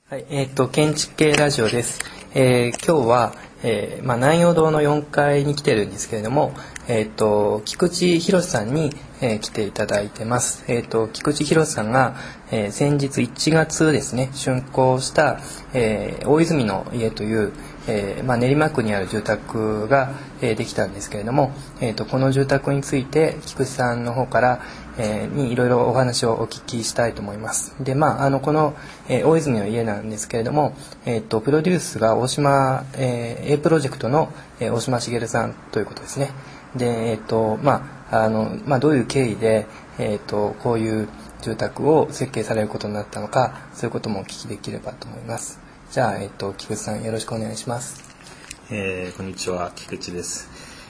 はい、建築系ラジオです。今日は、南陽堂の4階に来てるんですけれども、菊池博さんに、来ていただいてます。菊池博さんが、先日1月ですね、竣工した、大泉の家という、練馬区にある住宅が、できたんですけれども、この住宅について菊池さんの方からにいろいろお話をお聞きしたいと思います。で、この、大泉の家なんですけれども、プロデュースが大島、A プロジェクトの、大島茂さんということですね。で、どういう経緯で、こういう住宅を設計されることになったのか、そういうこともお聞きできればと思います。じゃあ、菊池さんよろしくお願いします。 こんにちは、菊池です。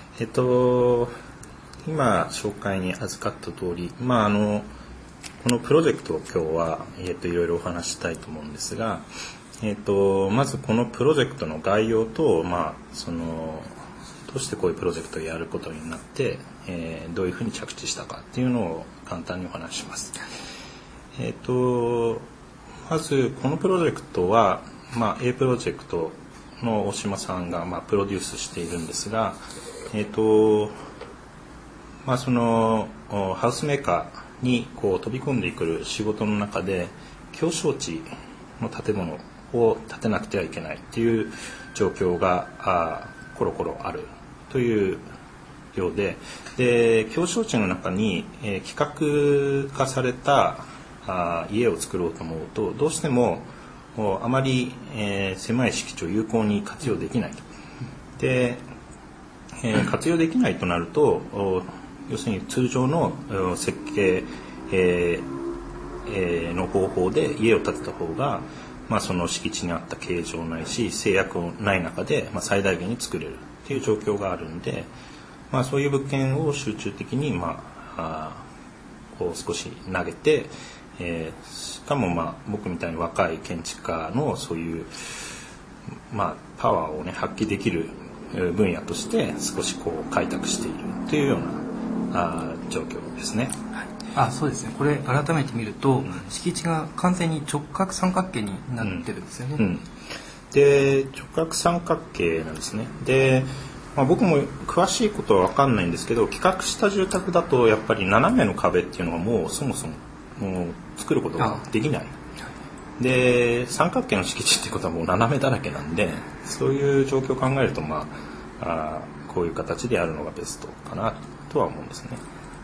今紹介に預かった通り、このプロジェクトを今日は、いろいろお話ししたいと思うんですが、まずこのプロジェクトの概要と、どうしてこういうプロジェクトをやることになって、どういうふうに着地したかっていうのを簡単にお話しします。まずこのプロジェクトは、A プロジェクトの大島さんが、プロデュースしているんですが、そのハウスメーカーにこう飛び込んでくる仕事の中で狭小地の建物を建てなくてはいけないっていう状況がコロコロあるというようで、狭小地の中に、規格化された家を作ろうと思うとどうしてもあまり、狭い敷地を有効に活用できないと。で、活用できないとなると要するに通常の設計、の方法で家を建てた方が、その敷地に合った形状ないし制約ない中で、最大限に作れるっていう状況があるんで、そういう物件を集中的に、こう少し投げて、しかも僕みたいに若い建築家のそういう、パワーをね発揮できる分野として少しこう開拓しているというような状況ですね。 はい、そうですね。これ改めて見ると、敷地が完全に直角三角形になってるんですよね。 で、直角三角形なんですね。で、僕も詳しいことは分かんないんですけど、企画した住宅だとやっぱり斜めの壁っていうのはもうそもそも作ることができない。で、三角形の敷地っていうことはもう斜めだらけなんで、そういう状況を考えるとこういう形でやるのがベストかなとは思うんですね。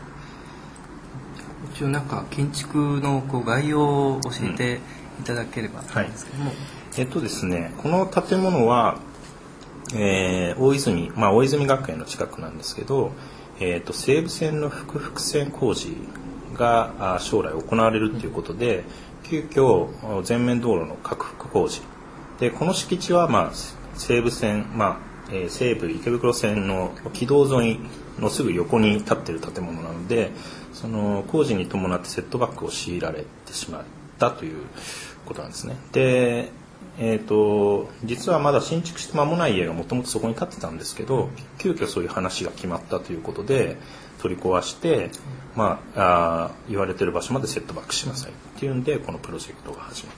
一応建築の概要を教えていただければと思うんですけども、 ですね、この建物は、大泉学園の近くなんですけど、西武線の複々線工事が将来行われるということで、急遽全面道路の拡幅工事で、この敷地は西武線、西武池袋線の軌道沿いのすぐ横に立っている建物なので、その工事に伴ってセットバックを強いられてしまったということなんですね。で、実はまだ新築して間もない家がもともとそこに建ってたんですけど、急遽そういう話が決まったということで取り壊して、言われてる場所までセットバックしなさいっていうんでこのプロジェクトが始まった。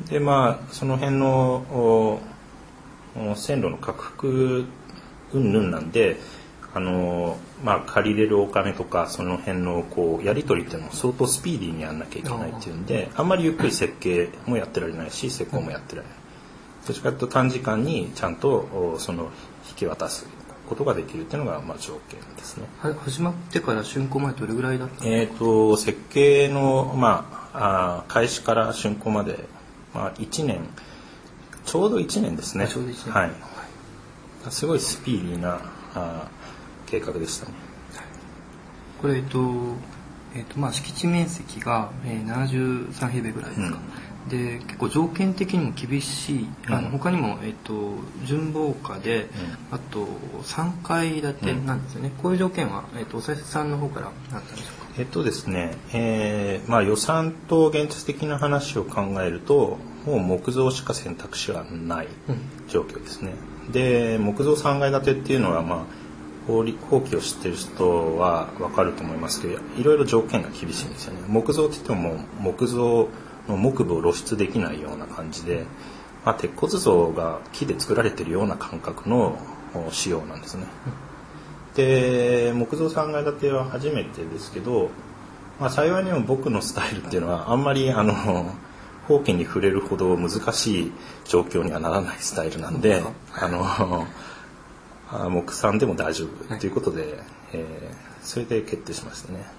で、その辺の線路の拡幅云々なんで、借りれるお金とかその辺のやり取りっていうのを相当スピーディーにやんなきゃいけないっていうんで、あんまりゆっくり設計もやってられないし施工もやってられない。どちらかというと短時間にちゃんとその引き渡すことができるっていうのが条件ですね。 始まってから竣工までどれぐらいだったんですか？ 設計の開始から竣工まで1年、ちょうど1年ですね。 ちょうど1年。 はい。すごいスピーディーな計画でしたね。 これ敷地面積が、73平米ぐらいですか。で、結構条件的にも厳しい。他にも順防下で、あと3階建てなんですよね。こういう条件はおさせさんの方からあったんでしょうか？ ですね、予算と現実的な話を考えるともう木造しか選択肢がない状況ですね。で、木造3階建てっていうのは法規を知ってる人は分かると思いますけど、いろいろ条件が厳しいんですよね。木造って言っても木造木部を露出できないような感じで、鉄骨造が木で作られているような感覚の仕様なんですね。で木造3階建ては初めてですけど、幸いにも僕のスタイルっていうのはあんまり法規に触れるほど難しい状況にはならないスタイルなんで、木3でも大丈夫ということで、それで決定しましたね。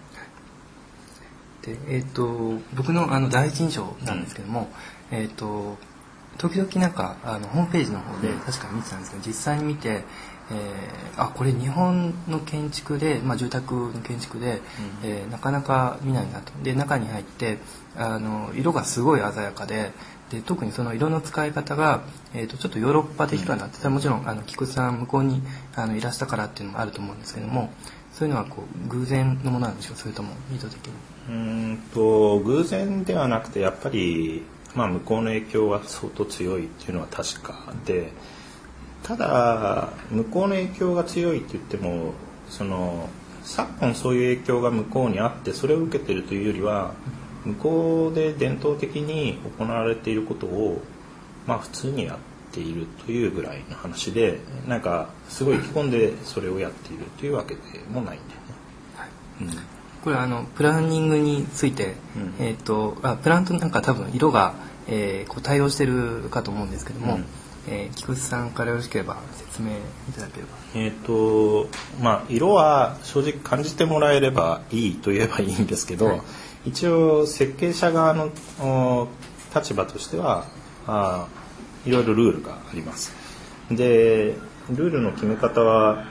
で僕の第一印象なんですけども、時々なんかホームページの方で確か見てたんですけど、実際に見て、これ日本の建築で、住宅の建築で、なかなか見ないなと。で中に入って色がすごい鮮やかで、特にその色の使い方が、ちょっとヨーロッパ的かなって、もちろん菊池さん向こうにいらしたからっていうのもあると思うんですけども、そういうのは偶然のものなんでしょう、それとも意図的に。 偶然ではなくて、やっぱり向こうの影響は相当強いっていうのは確かで、ただ向こうの影響が強いって言っても、昨今そういう影響が向こうにあってそれを受けているというよりは、向こうで伝統的に行われていることを普通にやっているというぐらいの話で、なんかすごい意気込んでそれをやっているというわけでもないんだよね。 これプランニングについて、プランとなんか多分色が、対応してるかと思うんですけども、菊池さんからよろしければ説明いただければ。色は正直感じてもらえればいいと言えばいいんですけど、一応設計者側の立場としてはいろいろルールがあります。でルールの決め方は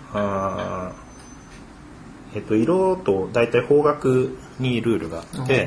色と大体方角にルールがあって、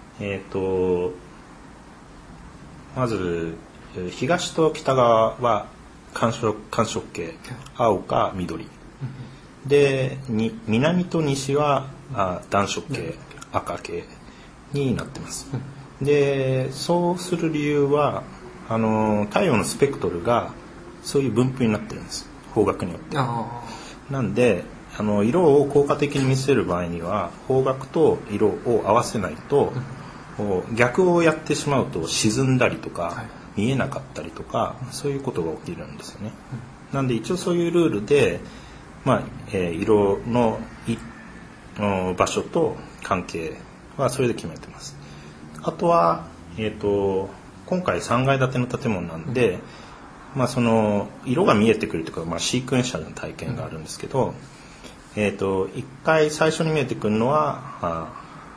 まず東と北側は寒色系、青か緑で、南と西は暖色系、赤系になってます。でそうする理由は太陽のスペクトルがそういう分布になってるんです、方角によって。なんで色を効果的に見せる場合には方角と色を合わせないと、逆をやってしまうと沈んだりとか、見えなかったりとか、そういうことが起きるんですよね。なんで一応そういうルールで、色の場所と関係はそれで決めてます。あとは、今回3階建ての建物なんで、その色が見えてくるというか、シークエンシャルな体験があるんですけど、1回最初に見えてくるのは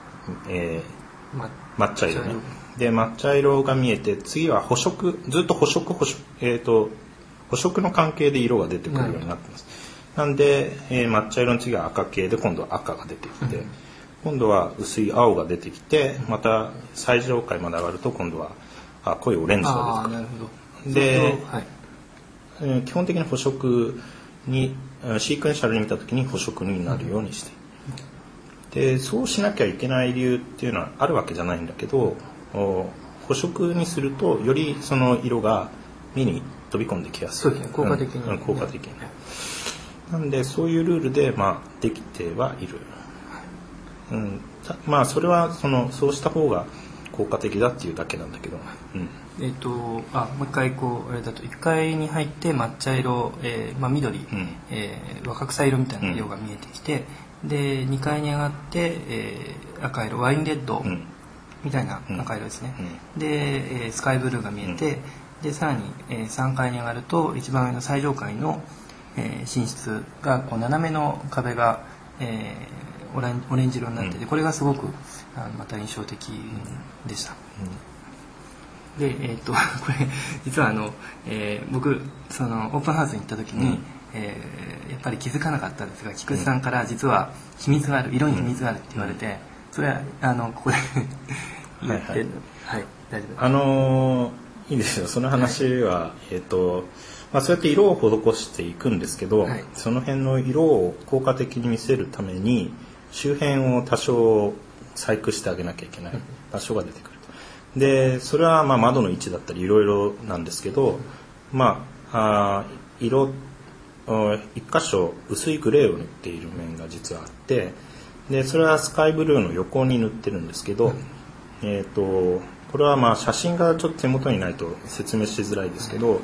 抹茶色ね。で抹茶色が見えて、次は補色、ずっと補色の関係で色が出てくるようになってます。なんで、抹茶色の次は赤系で、今度は赤が出てきて、今度は薄い青が出てきて、また最上階まで上がると今度は濃いオレンジが出てくる。で、基本的に補色にシークエンシャルに見た時に補色になるようにして、でそうしなきゃいけない理由っていうのはあるわけじゃないんだけど、補色にするとよりその色が目に飛び込んできやすい。 効果的に、 効果的に。なんでそういうルールでできてはいる。それはそうした方が効果的だっていうだけなんだけど。 もう一回あれだと1階に入って抹茶色、緑、若草色みたいな色が見えてきて、で2階に上がって、赤色、ワインレッドみたいな赤色ですね。で、スカイブルーが見えて、でさらに、3階に上がると一番上の最上階の、寝室が斜めの壁が、オレンジ色になってて、これがすごくまた印象的でした。で、これ実は僕そのオープンハウスに行った時に、やっぱり気づかなかったんですが、菊池さんから実は秘密がある、色に秘密があるって言われて、それはここで言って、大丈夫です。 いいんですよ、その話は。そうやって色を施していくんですけど、その辺の色を効果的に見せるために周辺を多少細工してあげなきゃいけない場所が出てくる。でそれは窓の位置だったりいろいろなんですけど、色一箇所薄いグレーを塗っている面が実はあって、でそれはスカイブルーの横に塗ってるんですけど、 これはまあ写真がちょっと手元にないと説明しづらいですけど、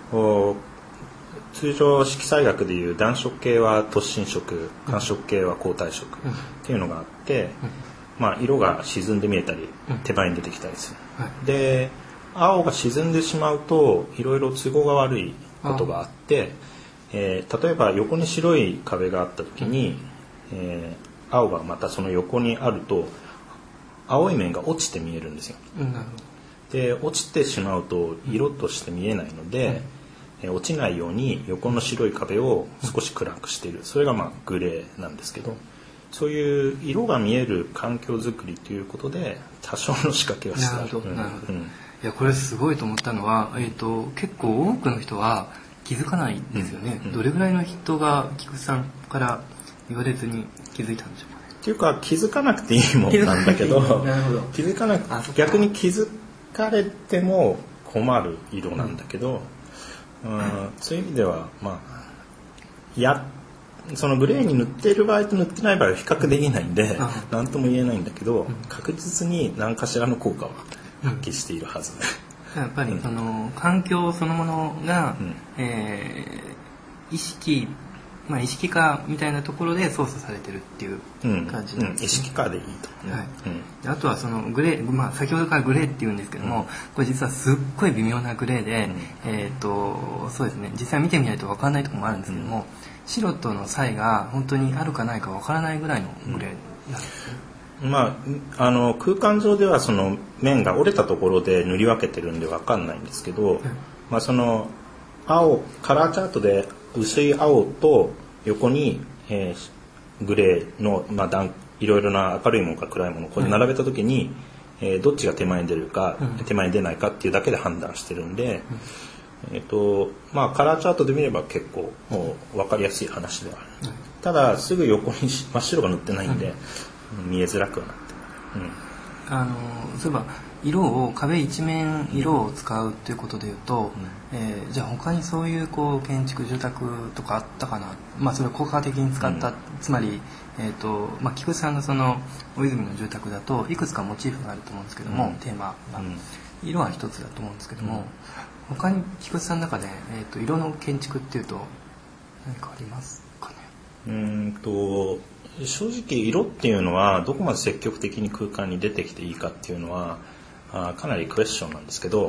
通常色彩学でいう暖色系は突進色、寒色系は後退色っていうのがあって、まあ、色が沈んで見えたり手前に出てきたりする、で青が沈んでしまうといろいろ都合が悪いことがあって、例えば横に白い壁があった時に、青がまたその横にあると青い面が落ちて見えるんですよ。で落ちてしまうと色として見えないので、落ちないように横の白い壁を少し暗くしている、それがまあグレーなんですけど、そういう色が見える環境づくりということで多少の仕掛けをしてある。 なるほど、いやこれすごいと思ったのは、結構多くの人は気づかないんですよね、どれぐらいの人が菊池さんから言われずに気づいたんでしょうかね。 っていうか気づかなくていいもんなんだけど気づかなく逆に気づかれても困る色なんだけど、そういう意味ではまあそのグレーに塗っている場合と塗ってない場合は比較できないんで何とも言えないんだけど、確実に何かしらの効果は発揮しているはず、 やっぱりその環境そのものが、意識化みたいなところで操作されてるっていう感じなんですね。 意識化でいいと、 あとはそのグレー、先ほどからグレーって言うんですけども、これ実はすっごい微妙なグレーで、そうですね、実際見てみないと分からないところもあるんですけども、白との差異が本当にあるかないか分からないぐらいのグレーなんですね。 まあ、空間上ではその面が折れたところで塗り分けてるんで分かんないんですけど、まあ、そのカラーチャートで薄い青と横に、グレーの、まあ、いろいろな明るいものか暗いものをこれ並べた時に、どっちが手前に出るか、手前に出ないかっていうだけで判断してるんで、まあ、カラーチャートで見れば結構分かりやすい話ではある、ただすぐ横に真っ白が塗ってないんで、見えづらくはなってる、 そういえば壁一面色を使うということでいうと、じゃあ他にそういう建築住宅とかあったかな、まあ、それを効果的に使った、つまり、菊池さんのその大泉の住宅だといくつかモチーフがあると思うんですけども、テーマが、色は一つだと思うんですけども、他に菊池さんの中で、色の建築っていうと何かありますかね。 正直色っていうのはどこまで積極的に空間に出てきていいかっていうのはかなりクエスチョンなんですけど、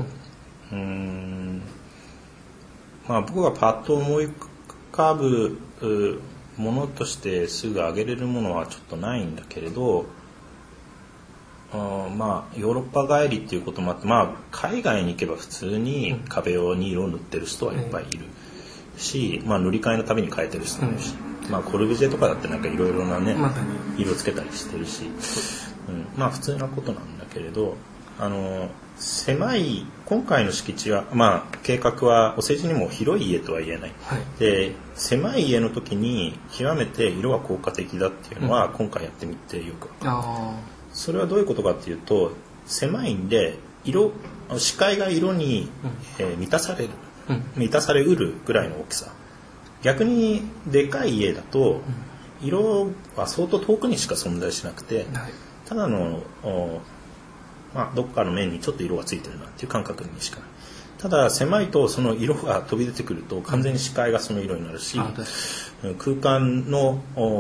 まあ、僕がパッと思い浮かぶものとしてすぐ挙げれるものはちょっとないんだけれど、まあ、ヨーロッパ帰りっていうこともあって、まあ、海外に行けば普通に壁に色を塗ってる人はいっぱいいるし、まあ、塗り替えのたびに変えてる人もいるし、まあ、コルビュジェとかだってなんかいろいろなね、色つけたりしてるし、まあ普通なことなんだけれど、狭い今回の敷地は、まあ、計画はお世辞にも広い家とは言えない、で狭い家の時に極めて色は効果的だっていうのは、今回やってみてよく分かる。それはどういうことかっていうと、狭いんで視界が色に、満たされうるぐらいの大きさ。逆にでかい家だと色は相当遠くにしか存在しなくて、ただの、まあ、どっかの面にちょっと色がついてるなっていう感覚にしかない。ただ狭いとその色が飛び出てくると完全に視界がその色になるし、空間の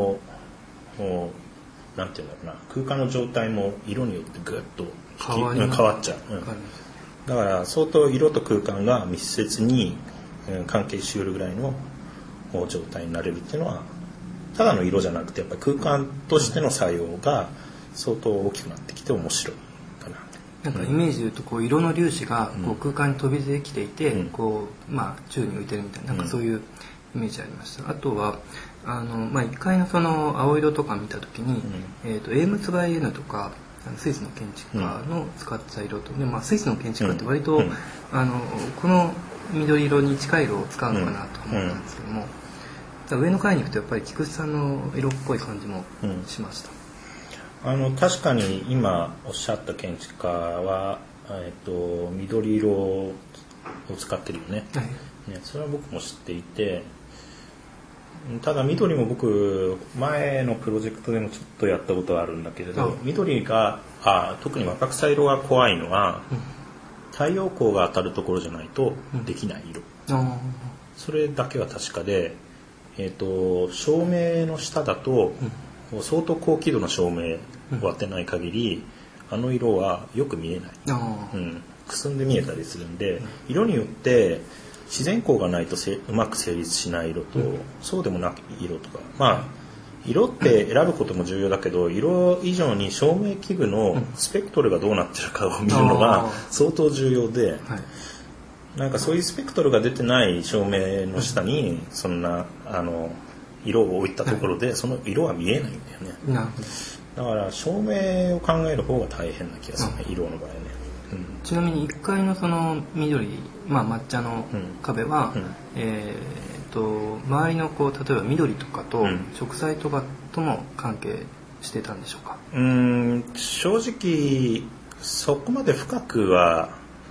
なんていうんだろうな、空間の状態も色によってぐっと変わっちゃう、だから相当色と空間が密接に関係しうるぐらいの状態になれるっていうのは、ただの色じゃなくてやっぱり空間としての作用が相当大きくなってきて面白いかな。 なんかイメージで言うと色の粒子が空間に飛び出てきていて、まあ、宙に浮いてるみたいな、なんかそういうイメージありました。あとはまあ、1階のその青色とか見た時に、AM2BN とかスイスの建築家の使った色と、で、まあ、スイスの建築家って割と、この緑色に近い色を使うのかなと思ったんですけども、上の階に行くとやっぱり菊池さんの色っぽい感じもしました。 確かに今おっしゃった建築家は、緑色を使ってるよね。それは僕も知っていて、 ただ緑も僕前のプロジェクトでもちょっとやったことはあるんだけれど、緑が特に若草色が怖いのは、太陽光が当たるところじゃないとできない色、それだけは確かで、照明の下だと、相当高輝度の照明を当てない限り、あの色はよく見えない、くすんで見えたりするんで、色によって自然光がないとうまく成立しない色と、そうでもない色とか、色って選ぶことも重要だけど、色以上に照明器具のスペクトルがどうなってるかを見るのが相当重要で、なんかそういうスペクトルが出てない照明の下にそんな色を置いたところで、その色は見えないんだよね。 なるほど。 だから照明を考える方が大変な気がするね、色の場合ね。 ちなみに1階のその緑、抹茶の壁は、周りのこう例えば緑とかと植栽とかとも関係してたんでしょうか？ 正直そこまで深くは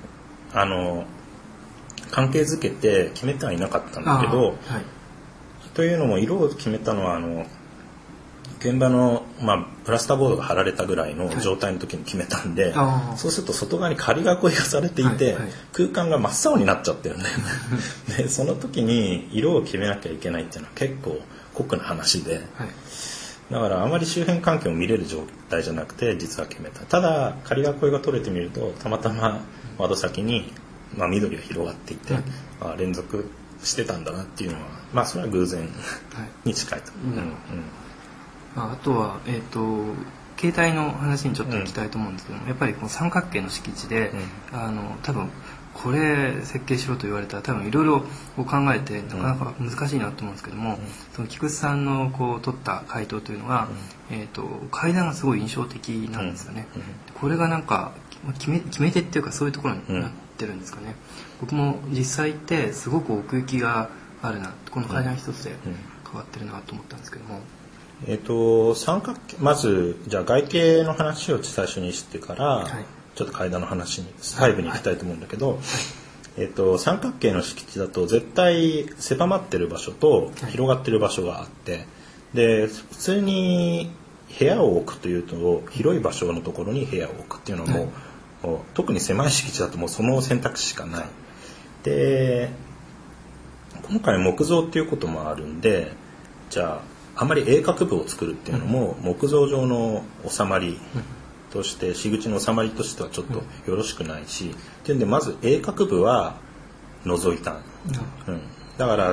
関係づけて決めてはいなかったんだけど、というのも色を決めたのは現場の、プラスターボードが貼られたぐらいの状態の時に決めたんで、そうすると外側に仮囲いがされていて、空間が真っ青になっちゃってるんだよねでその時に色を決めなきゃいけないっていうのは結構酷な話で、だからあまり周辺環境を見れる状態じゃなくて実は決めた。ただ仮囲いが取れてみるとたまたま窓先に、緑が広がっていて、連続してたんだなっていうのは、それは偶然に近いと思う。 あとは、携帯の話にちょっと行きたいと思うんですけども、やっぱりこの三角形の敷地で、多分これ設計しろと言われたら多分いろいろ考えてなかなか難しいなと思うんですけども、その菊池さんのこう取った回答というのは、階段がすごい印象的なんですよね。これがなんか決め手っていうかそういうところになってるんですかね。僕も実際行ってすごく奥行きがあるな、この階段一つで変わってるなと思ったんですけども。 三角形、まずじゃあ外形の話を最初にしてから、ちょっと階段の話に細部に行きたいと思うんだけど、三角形の敷地だと絶対狭まってる場所と広がってる場所があって、で普通に部屋を置くというと広い場所のところに部屋を置くっていうのはもう、特に狭い敷地だともうその選択肢しかない。で今回木造っていうこともあるんで、じゃあまり鋭角部を作るっていうのも木造上の収まりとして敷地の収まりとしてはちょっとよろしくないし、っていうんでまず鋭角部は除いた、だから、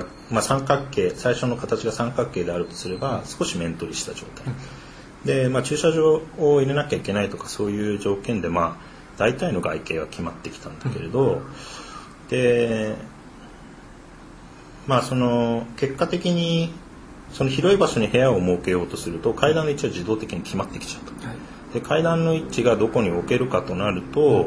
三角形、最初の形が三角形であるとすれば少し面取りした状態で、駐車場を入れなきゃいけないとかそういう条件で大体の外形は決まってきたんだけれど、でその結果的にその広い場所に部屋を設けようとすると階段の位置は自動的に決まってきちゃうと、で階段の位置がどこに置けるかとなると、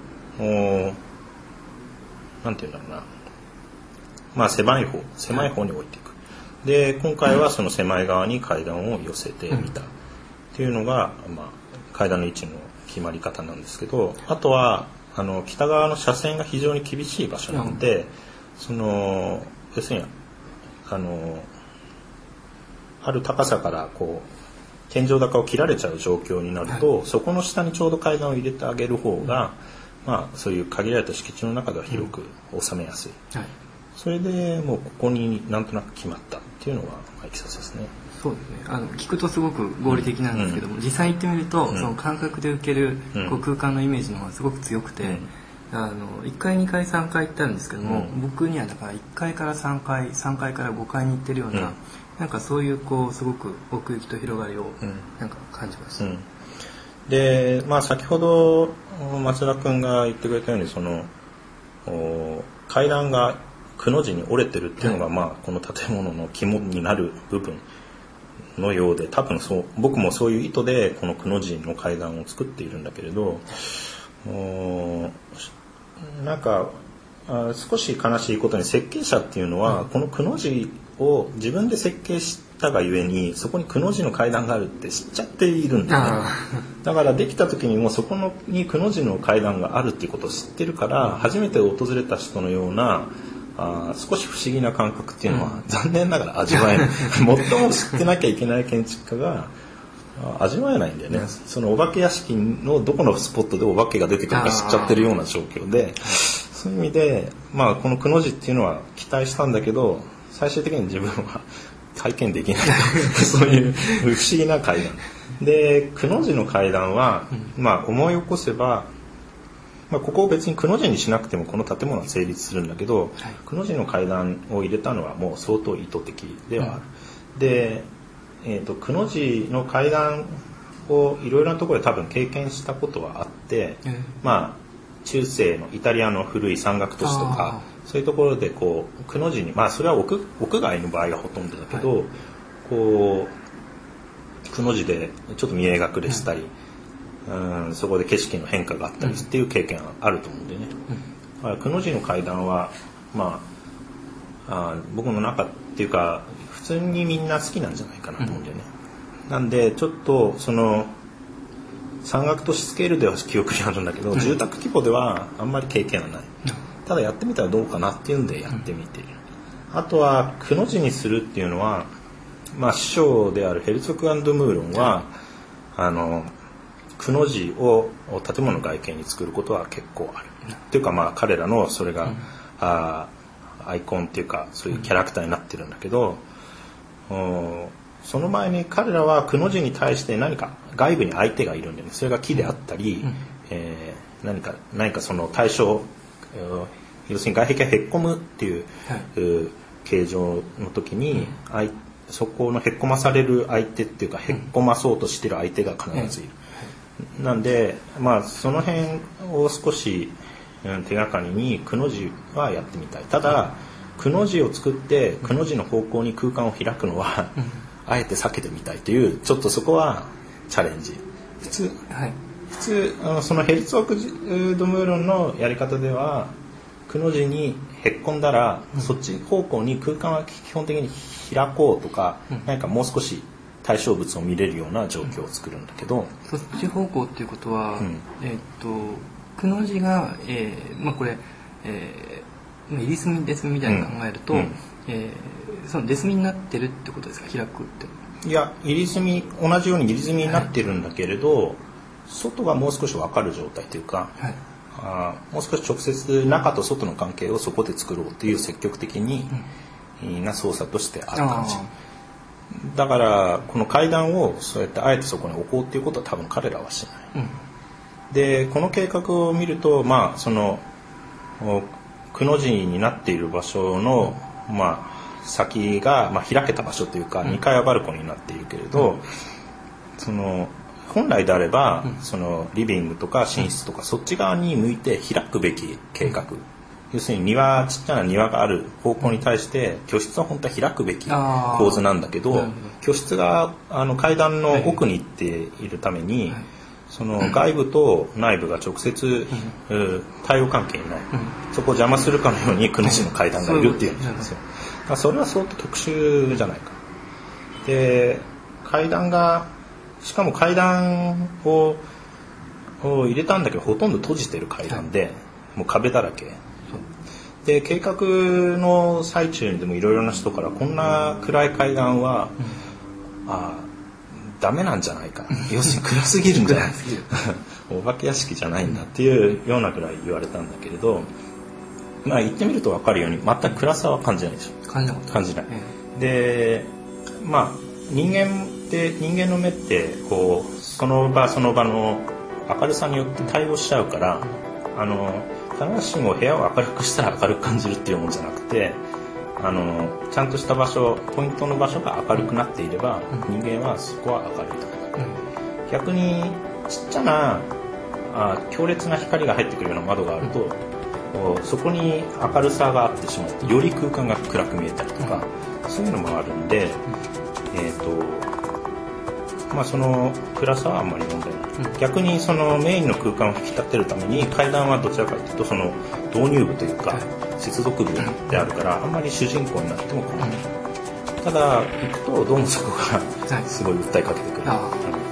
なんていうんだろうな、狭い方に置いていく。で今回はその狭い側に階段を寄せてみたっていうのが、階段の位置の決まり方なんですけど、あとは北側の車線が非常に厳しい場所なので、その要するにある高さからこう天井高を切られちゃう状況になると、そこの下にちょうど階段を入れてあげる方が、そういう限られた敷地の中では広く収めやすい、それでもうここになんとなく決まったっていうのがいきさつですね。 そうですね。聞くとすごく合理的なんですけども、実際行ってみると、その感覚で受けるこう空間のイメージの方がすごく強くて、1階2階3階行ったんですけども、僕にはだから1階から3階3階から5階に行ってるような、なんかそういうこうすごく奥行きと広がりをなんか感じました。 で先ほど松田君が言ってくれたようにその階段がくの字に折れてるっていうのが、この建物の肝になる部分のようで、多分僕もそういう意図でこのくの字の階段を作っているんだけれど、なんか少し悲しいことに設計者っていうのは、このくの字を自分で設計したがゆえにそこにくの字の階段があるって知っちゃっているんだよね。だからできた時にもうそこにくの字の階段があるっていうことを知ってるから、初めて訪れた人のような少し不思議な感覚っていうのは、残念ながら味わえない最も知ってなきゃいけない建築家が味わえないんだよね。そのお化け屋敷のどこのスポットでお化けが出てくるか知っちゃってるような状況で、そういう意味で、このくの字っていうのは期待したんだけど、最終的に自分は体験できないそういう不思議な階段で、くの字の階段は、思い起こせば、ここを別にくの字にしなくてもこの建物は成立するんだけど、くの字の階段を入れたのはもう相当意図的ではある。で、くの字の階段をいろいろなところで多分経験したことはあって、中世のイタリアの古い山岳都市とかそういうところでこうくの字に、それは屋外の場合がほとんどだけど、こうくの字でちょっと見え隠れしたり、そこで景色の変化があったりっていう経験があると思うんでね。くの字の階段は僕の中っていうか普通にみんな好きなんじゃないかなと思うんだよね。なんでちょっとその山岳都市スケールでは記憶にあるんだけど、住宅規模ではあんまり経験はない。ただやってみたらどうかなっていうんでやってみている。あとはくの字にするっていうのは、師匠であるヘルツォク&ムーロンはくの字を建物外見に作ることは結構ある。っていうか彼らのそれが、アイコンっていうかそういうキャラクターになってるんだけど、その前に彼らはくの字に対して何か外部に相手がいるんでね、それが木であったり、何かその対象、要するに外壁がへっこむっていう、形状の時に、そこのへっこまされる相手っていうか、へっこまそうとしてる相手が必ずいる。なんでその辺を少し、手がかりにくの字はやってみたい。ただくの字を作ってくの字の方向に空間を開くのは、あえて避けてみたいという、ちょっとそこはチャレンジ。普通そのヘルツォク・ド・ムーロンのやり方ではくの字にへっこんだら、そっち方向に空間は基本的に開こうとか、何かもう少し対象物を見れるような状況を作るんだけど、 そっち方向っていうことは、くの字が、これ、入り墨出墨みたいに考えると、その出墨になってるってことですか、開くって。 いや、入り墨同じように入り墨になってるんだけれど、外がもう少し分かる状態というか、もう少し直接中と外の関係をそこで作ろうという積極的に、な操作としてある感じ。だからこの階段をそうやってあえてそこに置こうっていうことは多分彼らはしない。でこの計画を見ると、そのくの字になっている場所の、先が、開けた場所というか、2階はバルコニーになっているけれど、その本来であれば、そのリビングとか寝室とか、そっち側に向いて開くべき計画、要するにちっちゃな庭がある方向に対して居室は本当は開くべき構図なんだけど、居室が階段の奥に行っているために、その外部と内部が直接、対応関係にない、そこを邪魔するかのようにくの字の階段がいるっていうんですよ。それは相当特殊じゃないか。で階段がしかも階段を入れたんだけどほとんど閉じてる階段で、もう壁だらけで、計画の最中にでもいろいろな人からこんな暗い階段は、ダメなんじゃないか、要するに暗すぎるんじゃないお化け屋敷じゃないんだっていうようなぐらい言われたんだけれど、行ってみると分かるように全く暗さは感じないでしょ。感じない。で人間の目ってこうその場その場の明るさによって対応しちゃうから、必ずしも部屋を明るくしたら明るく感じるっていうものじゃなくて、ちゃんとした場所、ポイントの場所が明るくなっていれば、人間はそこは明るいと思う。逆にちっちゃな強烈な光が入ってくるような窓があると、そこに明るさがあってしまってより空間が暗く見えたりとか、そういうのもあるんで、その暗さはあんまり問題ない。逆にそのメインの空間を引き立てるために階段はどちらかというとその導入部というか接続部であるから、あんまり主人公になっても困る。ただ行くとどうもそこがすごい訴えかけてくる。